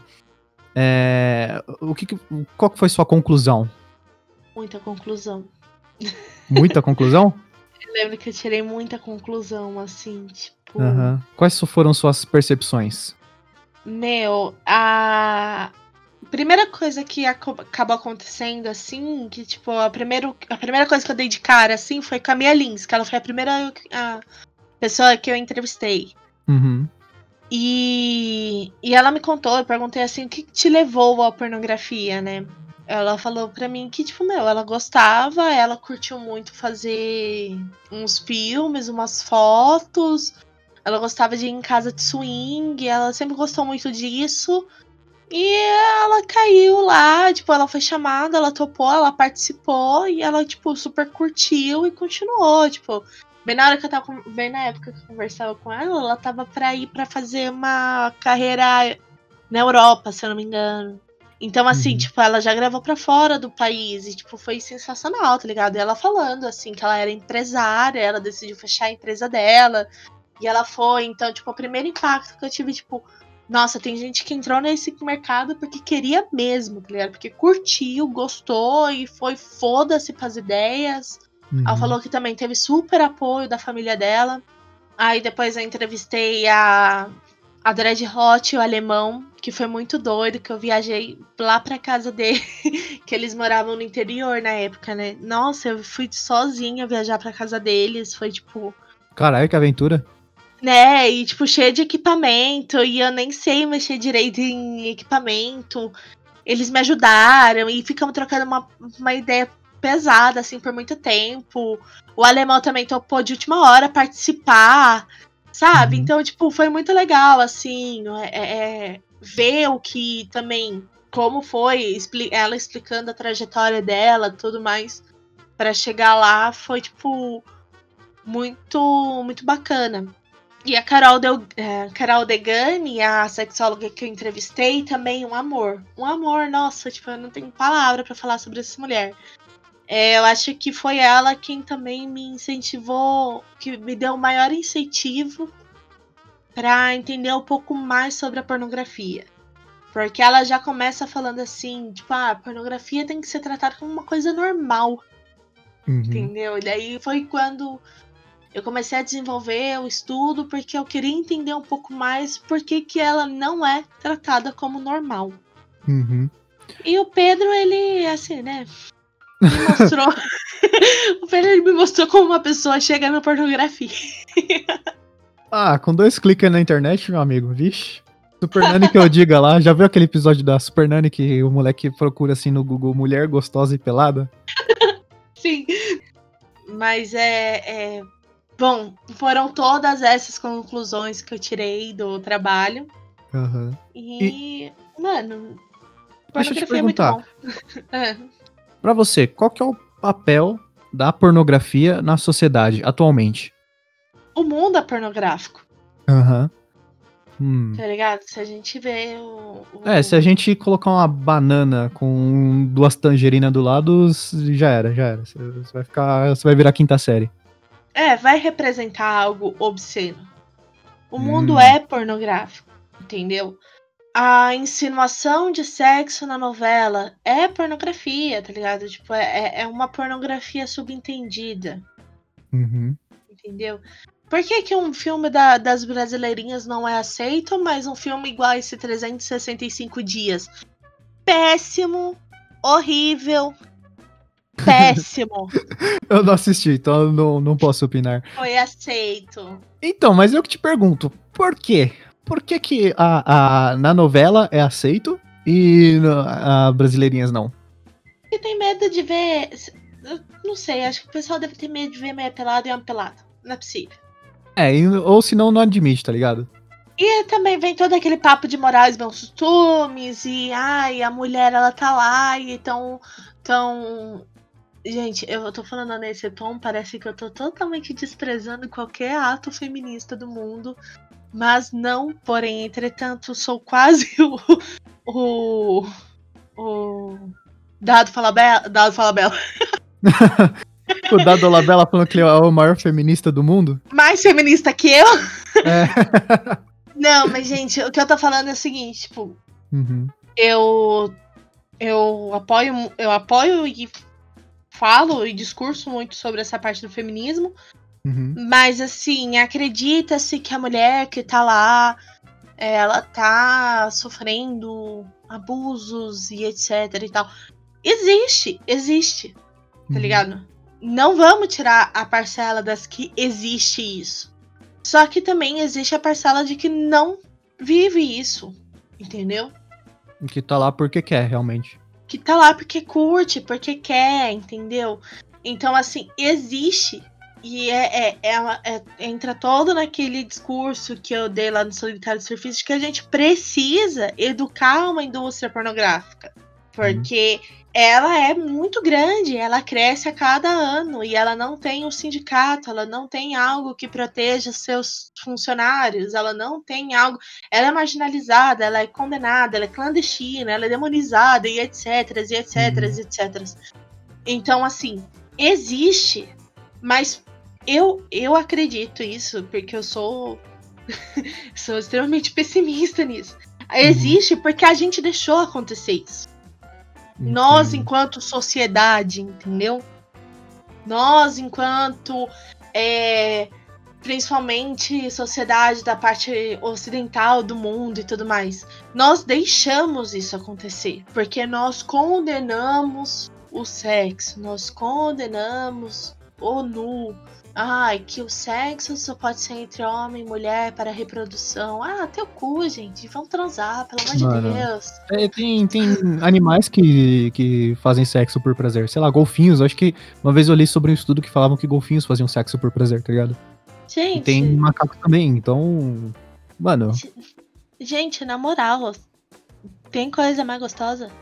Speaker 3: É, o que, que- qual que foi sua conclusão?
Speaker 4: Muita conclusão.
Speaker 3: Muita conclusão?
Speaker 4: Eu lembro que eu tirei muita conclusão, assim, tipo...
Speaker 3: Uhum. Quais foram suas percepções?
Speaker 4: Meu, a primeira coisa que aco- acabou acontecendo, assim, que, tipo, a, primeiro, a primeira coisa que eu dei de cara, assim, foi com a Mia Lins, que ela foi a primeira a pessoa que eu entrevistei.
Speaker 3: Uhum.
Speaker 4: E, e ela me contou, eu perguntei assim, o que te levou à pornografia, né? Ela falou pra mim que, tipo, meu, ela gostava, ela curtiu muito fazer uns filmes, umas fotos, ela gostava de ir em casa de swing, ela sempre gostou muito disso. E ela caiu lá, tipo, ela foi chamada, ela topou, ela participou e ela, tipo, super curtiu e continuou, tipo. Bem na hora que eu tava, com- bem na época que eu conversava com ela, ela tava pra ir pra fazer uma carreira na Europa, se eu não me engano. Então, assim,
Speaker 3: Uhum.
Speaker 4: tipo, ela já gravou pra fora do país e, tipo, foi sensacional, tá ligado? E ela falando, assim, que ela era empresária, ela decidiu fechar a empresa dela e ela foi. Então, tipo, o primeiro impacto que eu tive, tipo, nossa, tem gente que entrou nesse mercado porque queria mesmo, tá ligado? Porque curtiu, gostou e foi foda-se pras ideias.
Speaker 3: Uhum.
Speaker 4: Ela falou que também teve super apoio da família dela. Aí depois eu entrevistei a, a Dread Hot, o alemão, que foi muito doido, que eu viajei lá pra casa dele, que eles moravam no interior na época, né? Nossa, eu fui sozinha viajar pra casa deles, foi tipo...
Speaker 3: Caralho, que aventura.
Speaker 4: Né, e tipo, cheio de equipamento, e eu nem sei mexer direito em equipamento. Eles me ajudaram e ficamos trocando uma, uma ideia pesada, assim, por muito tempo. O alemão também topou de última hora participar, sabe?
Speaker 3: Uhum.
Speaker 4: Então, tipo, foi muito legal, assim, é, é, ver o que também, como foi, expli- ela explicando a trajetória dela, tudo mais, pra chegar lá, foi, tipo, muito, muito bacana. E a Carol, Del, é, Carol Degani, a sexóloga que eu entrevistei, também um amor. Um amor, nossa, tipo, eu não tenho palavra pra falar sobre essa mulher. É, eu acho que foi ela quem também me incentivou, que me deu o maior incentivo pra entender um pouco mais sobre a pornografia. Porque ela já começa falando assim, tipo, ah, a pornografia tem que ser tratada como uma coisa normal,
Speaker 3: Uhum.
Speaker 4: entendeu? E daí foi quando eu comecei a desenvolver o estudo porque eu queria entender um pouco mais por que que ela não é tratada como normal.
Speaker 3: Uhum.
Speaker 4: E o Pedro, ele, assim, né, me mostrou... o Pedro, ele me mostrou como uma pessoa chega na pornografia.
Speaker 3: Ah, com dois cliques na internet, meu amigo, vixe. Super Nani que eu diga lá, já viu aquele episódio da Super Nani que o moleque procura assim no Google mulher gostosa e pelada?
Speaker 4: Sim. Mas é, é... Bom, foram todas essas conclusões que eu tirei do trabalho.
Speaker 3: Uhum.
Speaker 4: E, e... mano,
Speaker 3: Deixa eu te
Speaker 4: pornografia é muito
Speaker 3: perguntar,
Speaker 4: bom. É.
Speaker 3: pra você, qual que é o papel da pornografia na sociedade atualmente?
Speaker 4: O mundo é pornográfico.
Speaker 3: Aham. Hum.
Speaker 4: Tá ligado? Se a gente vê o, o...
Speaker 3: É, se a gente colocar uma banana com duas tangerinas do lado, já era, já era. Você vai ficar. Você vai virar quinta série.
Speaker 4: É, vai representar algo obsceno. O
Speaker 3: Hum.
Speaker 4: mundo é pornográfico, entendeu? A insinuação de sexo na novela é pornografia, tá ligado? Tipo, é, é uma pornografia subentendida.
Speaker 3: Uhum.
Speaker 4: Entendeu? Por que, que um filme da, das brasileirinhas não é aceito, mas um filme igual a esse trezentos e sessenta e cinco dias? Péssimo, horrível, péssimo.
Speaker 3: Eu não assisti, então eu não, não posso opinar.
Speaker 4: Foi aceito.
Speaker 3: Então, mas eu que te pergunto, por quê? Por que que a, a, na novela é aceito e na, a Brasileirinhas não?
Speaker 4: Porque tem medo de ver... Eu não sei, acho que o pessoal deve ter medo de ver meia pelado e homem pelado. Não é possível.
Speaker 3: É, e- ou senão não admite, tá ligado?
Speaker 4: E também vem todo aquele papo de morais e bons costumes, e ai, a mulher ela tá lá e tão. tão... Gente, eu tô falando nesse tom, parece que eu tô totalmente desprezando qualquer ato feminista do mundo, mas não, porém, entretanto, sou quase o. o. o. Dado Falabella. Dado Falabella.
Speaker 3: O Dado Labella falando que ele é o maior feminista do mundo.
Speaker 4: Mais feminista que eu?
Speaker 3: É.
Speaker 4: Não, mas, gente, o que eu tô falando é o seguinte, tipo,
Speaker 3: Uhum.
Speaker 4: eu eu apoio eu apoio e falo e discurso muito sobre essa parte do feminismo,
Speaker 3: Uhum.
Speaker 4: mas assim, acredita-se que a mulher que tá lá, ela tá sofrendo abusos e etc e tal. Existe, existe, tá
Speaker 3: Uhum.
Speaker 4: ligado? Não vamos tirar a parcela das que existe isso. Só que também existe a parcela de que não vive isso, entendeu?
Speaker 3: Que tá lá porque quer, realmente.
Speaker 4: Que tá lá porque curte, porque quer, entendeu? Então, assim, existe. E é, é, é, uma- é- entra todo naquele discurso que eu dei lá no Solitário Surfista, de que a gente precisa educar uma indústria pornográfica. Porque ela é muito grande, ela cresce a cada ano e ela não tem um sindicato, ela não tem algo que proteja seus funcionários, ela não tem algo. Ela é marginalizada, ela é condenada, ela é clandestina, ela é demonizada e etc, e etc,
Speaker 3: Uhum.
Speaker 4: e etcétera. Então, assim, existe, mas eu, eu acredito isso, porque eu sou, sou extremamente pessimista nisso. Existe porque a gente deixou acontecer isso. Nós,
Speaker 3: Entendo.
Speaker 4: enquanto sociedade, entendeu? Nós, enquanto, é, principalmente sociedade da parte ocidental do mundo e tudo mais, nós deixamos isso acontecer, porque nós condenamos o sexo, nós condenamos o nu. Ai, que o sexo só pode ser entre homem e mulher para reprodução. Ah, teu cu, gente. Vamos transar, pelo amor
Speaker 3: Mano.
Speaker 4: de Deus.
Speaker 3: É, tem, tem animais que, que fazem sexo por prazer. Sei lá, golfinhos. Acho que uma vez eu li sobre um estudo que falavam que golfinhos faziam sexo por prazer, tá ligado? E
Speaker 4: Gente,
Speaker 3: tem macaco também, então. Mano,
Speaker 4: gente, na moral, tem coisa mais gostosa?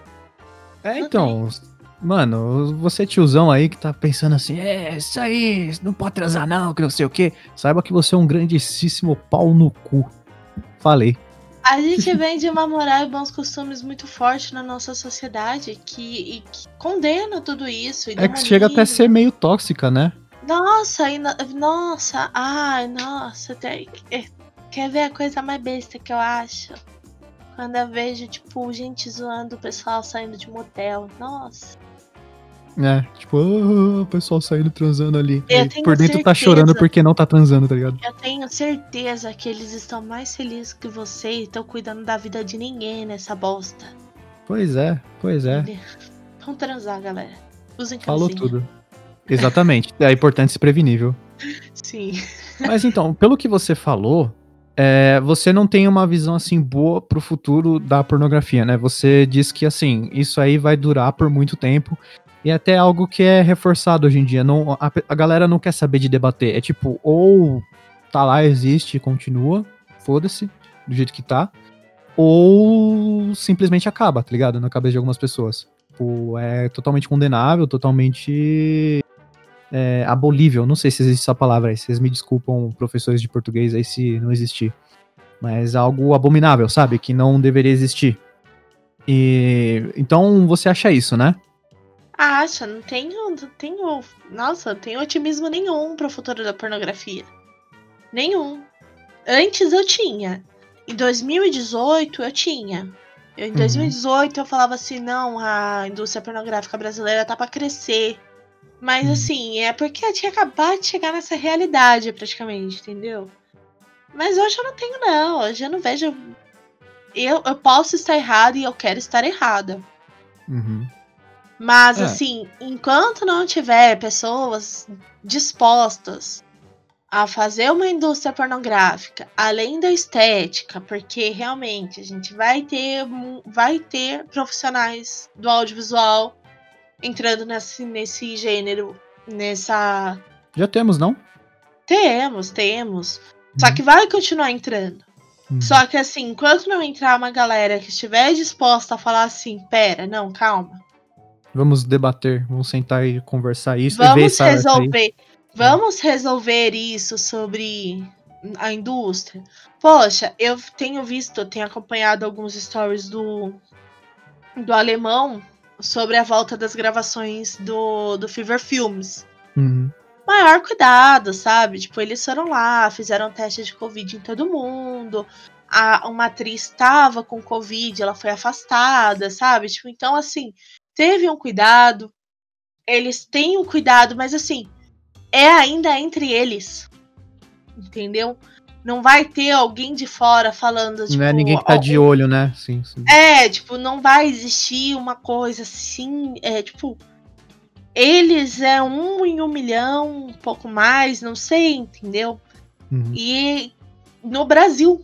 Speaker 3: é
Speaker 4: Não
Speaker 3: então. Mano, você tiozão aí que tá pensando assim, é, isso aí, não pode transar não, que não sei o quê. Saiba que você é um grandíssimo pau no cu. Falei.
Speaker 4: A gente vem de uma moral e bons costumes muito forte na nossa sociedade que, e que condena tudo isso. E
Speaker 3: É que chega até a
Speaker 4: demoniza.
Speaker 3: ser meio tóxica, né?
Speaker 4: Nossa, e no- nossa, ai, nossa, tem, é, quer ver a coisa mais besta que eu acho? Quando eu vejo, tipo, gente zoando o pessoal saindo de motel. Nossa.
Speaker 3: É, tipo, "Ah, o pessoal saindo transando ali.
Speaker 4: Eu
Speaker 3: Aí
Speaker 4: tenho
Speaker 3: por dentro tá
Speaker 4: certeza.
Speaker 3: chorando porque não tá transando, tá ligado?
Speaker 4: Eu tenho certeza que eles estão mais felizes que você e estão cuidando da vida de ninguém nessa bosta.
Speaker 3: Pois é, pois é.
Speaker 4: Vamos transar, galera. Usem
Speaker 3: Falou
Speaker 4: camisinha.
Speaker 3: tudo. Exatamente. É importante se prevenir, viu?
Speaker 4: Sim.
Speaker 3: Mas então, pelo que você falou, é, você não tem uma visão assim boa pro futuro da pornografia, né? Você diz que assim, isso aí vai durar por muito tempo e até algo que é reforçado hoje em dia. Não, a, a galera não quer saber de debater. É tipo, ou tá lá, existe e continua, foda-se, do jeito que tá, ou simplesmente acaba, tá ligado? Na cabeça de algumas pessoas. Tipo, é totalmente condenável, totalmente é, abolível. Não sei se existe essa palavra aí. Vocês me desculpam, professores de português, aí se não existir. mas algo abominável, sabe? Que não deveria existir. E então você acha isso, né?
Speaker 4: Acha, não tenho, não tenho, nossa, não tenho otimismo nenhum pro futuro da pornografia. Nenhum. Antes eu tinha. Em dois mil e dezoito eu tinha. Eu, em dois mil e dezoito eu falava assim, não, a indústria pornográfica brasileira tá pra crescer. Mas
Speaker 3: Uhum.
Speaker 4: assim, é porque eu tinha acabado de chegar nessa realidade praticamente, entendeu? Mas hoje eu não tenho não, hoje eu não vejo... Eu, eu posso estar errada e eu quero estar errada.
Speaker 3: Uhum.
Speaker 4: Mas
Speaker 3: É.
Speaker 4: assim, enquanto não tiver pessoas dispostas a fazer uma indústria pornográfica, além da estética, porque realmente a gente vai ter, vai ter profissionais do audiovisual entrando nesse, nesse gênero, nessa...
Speaker 3: Já temos, não?
Speaker 4: Temos, temos.
Speaker 3: Uhum.
Speaker 4: Só que vai continuar entrando.
Speaker 3: Uhum.
Speaker 4: Só que assim, enquanto não entrar uma galera que estiver disposta a falar assim, pera, não, calma.
Speaker 3: Vamos debater, vamos sentar e conversar isso
Speaker 4: Vamos
Speaker 3: e ver essa,
Speaker 4: resolver, vamos resolver isso sobre a indústria. Poxa, eu tenho visto, tenho acompanhado alguns stories do, do alemão sobre a volta das gravações do, do Fever Films.
Speaker 3: Uhum.
Speaker 4: Maior cuidado, sabe? Tipo, eles foram lá, fizeram teste de Covid em todo mundo. A, uma atriz estava com Covid, ela foi afastada, sabe? Tipo, então, assim, teve um cuidado. Eles têm um cuidado, mas assim, é ainda entre eles. Entendeu? Não vai ter alguém de fora falando, tipo...
Speaker 3: Não é ninguém que tá de
Speaker 4: um,
Speaker 3: olho, né? Sim, sim.
Speaker 4: É, tipo, não vai existir uma coisa assim, é, tipo... Eles é um em um milhão, um pouco mais, não sei, entendeu?
Speaker 3: Uhum.
Speaker 4: E no Brasil...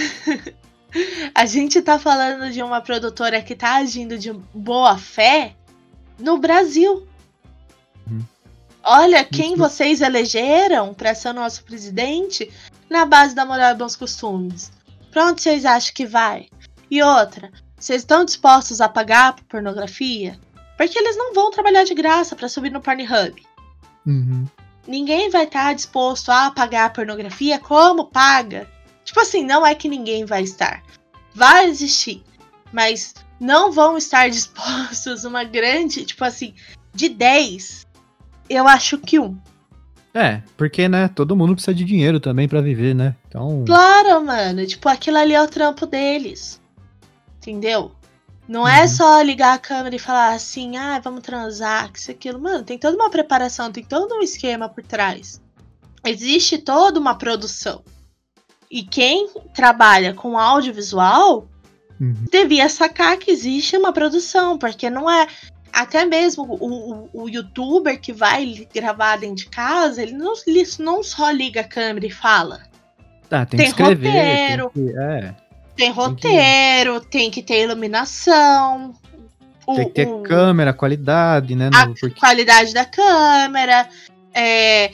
Speaker 4: A gente tá falando de uma produtora que tá agindo de boa fé no Brasil.
Speaker 3: Uhum.
Speaker 4: Olha quem
Speaker 3: Isso.
Speaker 4: vocês elegeram para ser o nosso presidente na base da moral e bons costumes. Pra onde vocês acham que vai? E outra, vocês estão dispostos a pagar por pornografia? Porque eles não vão trabalhar de graça para subir no Pornhub.
Speaker 3: Uhum.
Speaker 4: Ninguém vai estar disposto a pagar a pornografia como paga. Tipo assim, não é que ninguém vai estar. Vai existir. Mas não vão estar dispostos uma grande, tipo assim, de dez, eu acho que um.
Speaker 3: É, porque, né, todo mundo precisa de dinheiro também pra viver, né? Então...
Speaker 4: Claro, mano. Tipo, aquilo ali é o trampo deles. Entendeu? Não
Speaker 3: Uhum.
Speaker 4: é só ligar a câmera e falar assim, ah, vamos transar, que isso, aquilo. Mano, tem toda uma preparação, tem todo um esquema por trás. Existe toda uma produção. E quem trabalha com audiovisual
Speaker 3: Uhum.
Speaker 4: devia sacar que existe uma produção, porque não é... Até mesmo o, o, o youtuber que vai gravar dentro de casa, ele não, ele não só liga a câmera e fala.
Speaker 3: Tá, tem,
Speaker 4: Tem
Speaker 3: que escrever.
Speaker 4: roteiro.
Speaker 3: Tem que, é,
Speaker 4: Tem roteiro, tem que ter iluminação. O,
Speaker 3: tem que ter
Speaker 4: o-
Speaker 3: câmera, qualidade, né?
Speaker 4: a
Speaker 3: no- porque,
Speaker 4: qualidade da câmera, é,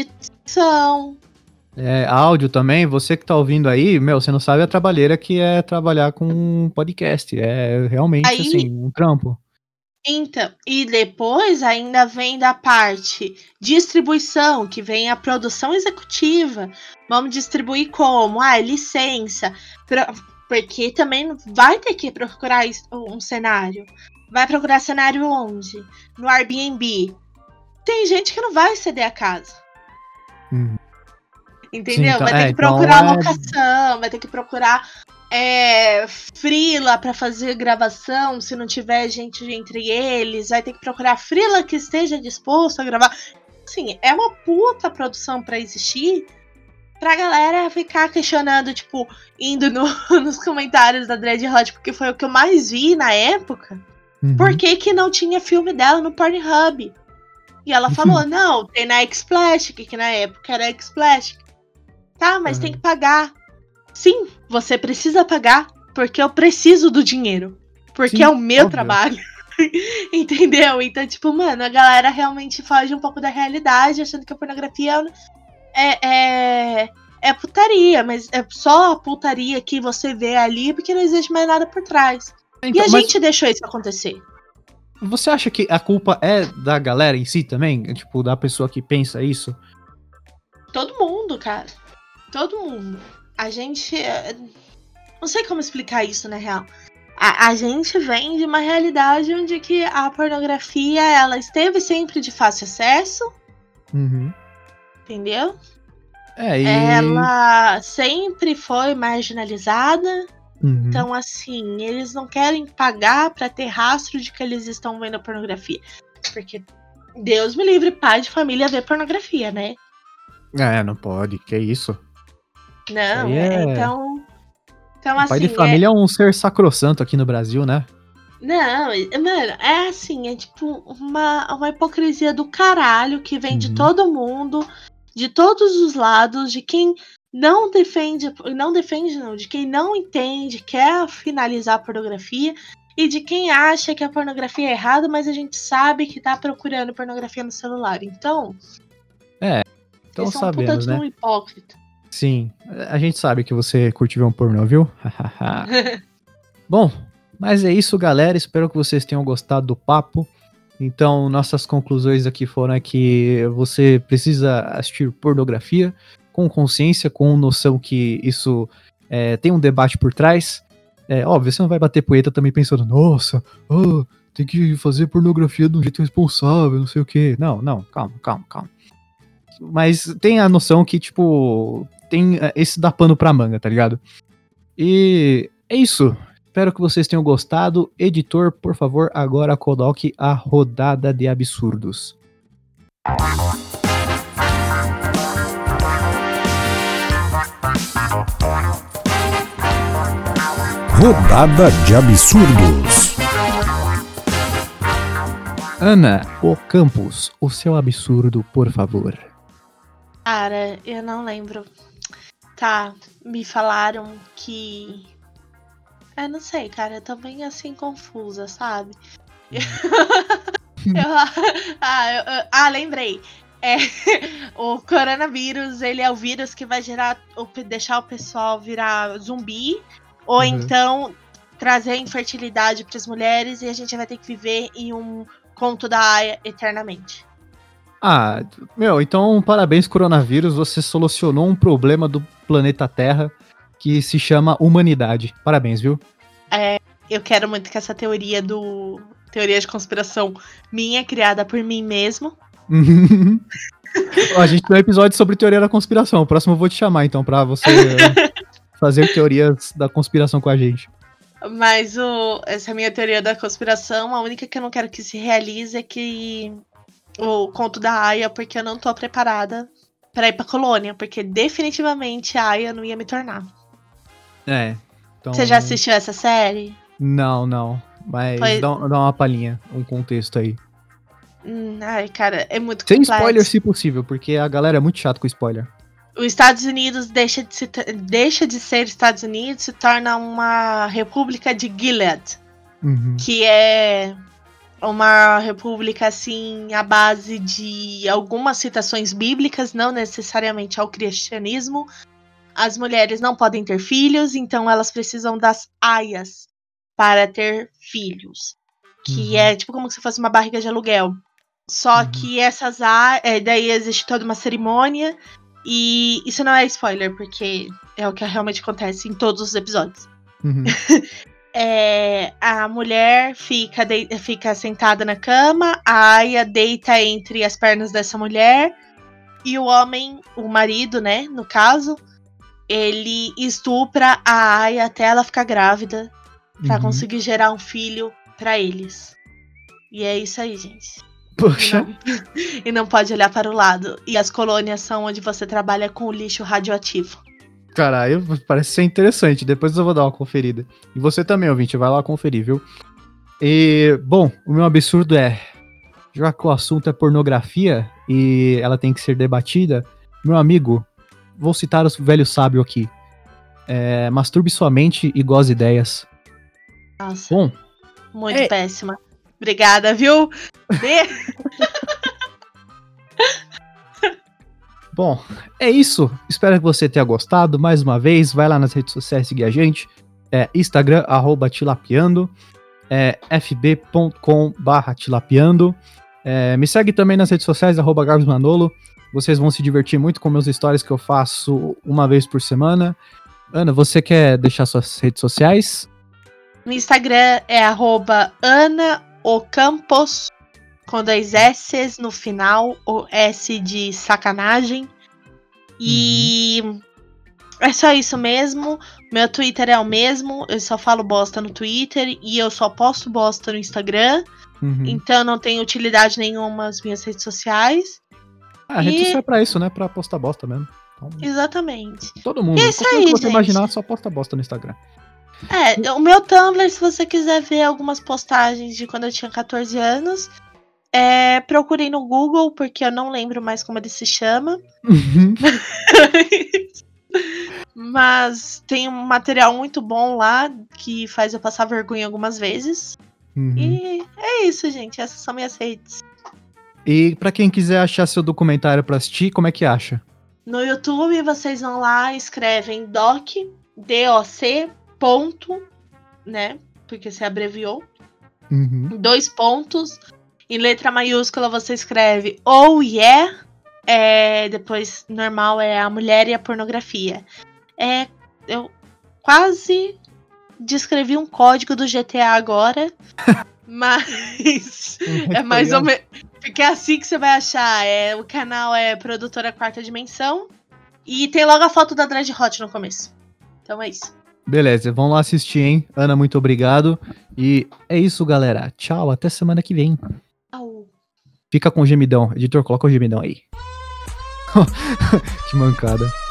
Speaker 4: edição.
Speaker 3: é, áudio também, você que tá ouvindo aí, meu, você não sabe a trabalheira que é trabalhar com um podcast. É realmente,
Speaker 4: Aí-
Speaker 3: assim, um trampo.
Speaker 4: Então, e depois ainda vem da parte distribuição, que vem a produção executiva. Vamos distribuir como? Ah, licença. Pra- porque também vai ter que procurar is- um cenário. Vai procurar cenário onde? No Airbnb. Tem gente que não vai ceder a casa.
Speaker 3: Uhum.
Speaker 4: Entendeu?
Speaker 3: Sim, então-
Speaker 4: vai ter
Speaker 3: é,
Speaker 4: que
Speaker 3: então
Speaker 4: procurar
Speaker 3: é-
Speaker 4: locação, vai ter que procurar é, freela pra fazer gravação, se não tiver gente entre eles, vai ter que procurar freela que esteja disposto a gravar. Assim, é uma puta produção pra existir, pra galera ficar questionando, tipo, indo no- nos comentários da Dread Hot, porque foi o que eu mais vi na época.
Speaker 3: Uhum.
Speaker 4: Por que que não tinha filme dela no Pornhub? E ela falou, não, tem na Xplastic, que na época era Xplastic. Tá, mas
Speaker 3: Uhum.
Speaker 4: tem que pagar. Sim, você precisa pagar, porque eu preciso do dinheiro. Porque
Speaker 3: Sim,
Speaker 4: é o meu
Speaker 3: óbvio.
Speaker 4: trabalho. Entendeu? Então, tipo, mano, a galera realmente foge um pouco da realidade, achando que a pornografia é, é, é putaria, mas é só a putaria que você vê ali, porque não existe mais nada por trás.
Speaker 3: Então,
Speaker 4: e a
Speaker 3: mas
Speaker 4: gente deixou isso acontecer.
Speaker 3: você acha que a culpa é da galera em si também? Tipo, da pessoa que pensa isso?
Speaker 4: Todo mundo, cara. Todo mundo. a gente... Não sei como explicar isso, na real. A, a gente vem de uma realidade onde que a pornografia, ela esteve sempre de fácil acesso.
Speaker 3: Uhum.
Speaker 4: Entendeu?
Speaker 3: É, e...
Speaker 4: Ela sempre foi marginalizada.
Speaker 3: Uhum.
Speaker 4: Então, assim, eles não querem pagar pra ter rastro de que eles estão vendo pornografia. Porque Deus me livre, pai de família ver pornografia, né?
Speaker 3: É, não pode, que isso?
Speaker 4: Não,
Speaker 3: é...
Speaker 4: é, então... Então,
Speaker 3: o pai
Speaker 4: assim,
Speaker 3: de família é... é um ser sacrossanto aqui no Brasil, né?
Speaker 4: Não, mano, é assim, é tipo uma, uma hipocrisia do caralho que vem uhum. de todo mundo, de todos os lados, de quem não defende, não defende não, de quem não entende, quer finalizar a pornografia, e de quem acha que a pornografia é errada, mas a gente sabe que tá procurando pornografia no celular. Então,
Speaker 3: é, então
Speaker 4: eles são
Speaker 3: sabemos,
Speaker 4: um puta de
Speaker 3: né?
Speaker 4: um hipócrita.
Speaker 3: Sim, a gente sabe que você curte ver um pornô, viu? Bom, mas é isso, galera. Espero que vocês tenham gostado do papo. Então, nossas conclusões aqui foram que você precisa assistir pornografia com consciência, com noção que isso é, tem um debate por trás. É óbvio, você não vai bater poeta também pensando, nossa, oh, tem que fazer pornografia de um jeito responsável, não sei o quê. Não, não, calma, calma, calma. Mas tem a noção que, tipo, tem esse dá pano pra manga, tá ligado? E é isso. Espero que vocês tenham gostado. Editor, por favor, agora coloque a rodada de absurdos.
Speaker 2: Rodada de absurdos.
Speaker 3: Ana Ocampos, o seu absurdo, por favor.
Speaker 4: Cara, eu não lembro. Tá, me falaram que... Eu não sei, cara, eu tô bem assim confusa, sabe? eu, ah, eu, eu, ah, lembrei. É, o coronavírus, ele é o vírus que vai gerar, deixar o pessoal virar zumbi, ou uhum. então trazer infertilidade para as mulheres e a gente vai ter que viver em um conto da Aya eternamente.
Speaker 3: Ah, meu, então parabéns, coronavírus, você solucionou um problema do planeta Terra que se chama humanidade. Parabéns, viu?
Speaker 4: É, eu quero muito que essa teoria do... Teoria de conspiração minha, criada por mim mesmo.
Speaker 3: Ó, a gente tem um episódio sobre teoria da conspiração. O próximo eu vou te chamar, então, pra você fazer teorias da conspiração com a gente.
Speaker 4: Mas o, essa minha teoria da conspiração, a única que eu não quero que se realize é que o conto da Aya, porque eu não tô preparada pra ir pra colônia, porque definitivamente a Aya não ia me tornar.
Speaker 3: É. Então...
Speaker 4: Você já assistiu essa série?
Speaker 3: Não, não. Mas pois... dá, dá uma palhinha, um contexto aí.
Speaker 4: Hum, ai, cara, é muito
Speaker 3: Sem
Speaker 4: complexo.
Speaker 3: spoiler, se possível, porque a galera é muito chata com spoiler.
Speaker 4: Os Estados Unidos deixa de, se, deixa de ser Estados Unidos, se torna uma república de Gilead.
Speaker 3: Uhum.
Speaker 4: Que é uma república, assim, à base de algumas citações bíblicas, não necessariamente ao cristianismo. As mulheres não podem ter filhos, então elas precisam das aias para ter filhos. Que uhum. é tipo como se fosse uma barriga de aluguel. Só uhum. que essas aias... Daí existe toda uma cerimônia. E isso não é spoiler, porque é o que realmente acontece em todos os episódios.
Speaker 3: Uhum.
Speaker 4: É, a mulher fica, de, fica sentada na cama, a aia deita entre as pernas dessa mulher, e o homem, o marido, né, no caso, ele estupra a aia até ela ficar grávida, pra uhum. conseguir gerar um filho pra eles. E é isso aí, gente.
Speaker 3: Poxa.
Speaker 4: E não, e não pode olhar para o lado. E as colônias são onde você trabalha com o lixo radioativo.
Speaker 3: Caralho, parece ser interessante. Depois eu vou dar uma conferida. E você também, ouvinte, vai lá conferir, viu? E, bom, o meu absurdo é... Já que o assunto é pornografia e ela tem que ser debatida, meu amigo, vou citar o velho sábio aqui. É, masturbe sua mente e goze ideias.
Speaker 4: Nossa.
Speaker 3: Bom.
Speaker 4: Muito
Speaker 3: é...
Speaker 4: péssima. Obrigada, viu?
Speaker 3: Bom, é isso. Espero que você tenha gostado. Mais uma vez, vai lá nas redes sociais seguir a gente. É Instagram, arroba tilapiando. É f b ponto com barra tilapiando. É, me segue também nas redes sociais, arroba Garbs Manolo. Vocês vão se divertir muito com meus stories que eu faço uma vez por semana. Ana, você quer deixar suas redes sociais?
Speaker 4: No Instagram é arroba anaocampos, com dois S's no final, o S de sacanagem. E uhum. é só isso mesmo. Meu Twitter é o mesmo, eu só falo bosta no Twitter e eu só posto bosta no Instagram. Uhum. Então não tem utilidade nenhuma as minhas redes sociais.
Speaker 3: Ah, a rede social é pra isso, né? Pra postar bosta mesmo. Então,
Speaker 4: exatamente.
Speaker 3: Todo mundo.
Speaker 4: E é isso aí, que você
Speaker 3: gente. imaginar, só posta bosta no Instagram.
Speaker 4: É, o meu Tumblr, se você quiser ver algumas postagens de quando eu tinha catorze anos, é, procurei no Google, porque eu não lembro mais como ele se chama.
Speaker 3: Uhum.
Speaker 4: Mas tem um material muito bom lá, que faz eu passar vergonha algumas vezes. Uhum. E é isso, gente. Essas são minhas redes.
Speaker 3: E pra quem quiser achar seu documentário pra assistir, como é que acha?
Speaker 4: No YouTube, vocês vão lá, escrevem doc, D O C, ponto, né? Porque você abreviou.
Speaker 3: Uhum.
Speaker 4: Dois pontos. Em letra maiúscula você escreve Oh Yeah. É, depois, normal, é a mulher e a pornografia. É, eu quase descrevi um código do G T A agora. Mas é mais ou menos. Porque é assim que você vai achar. É, o canal é Produtora Quarta Dimensão. E tem logo a foto da Dread Hot no começo. Então é isso.
Speaker 3: Beleza, vamos lá assistir, hein? Ana, muito obrigado. E é isso, galera. Tchau, até semana que vem.
Speaker 4: Au.
Speaker 3: Fica com o gemidão. Editor, coloca o gemidão aí. Que mancada.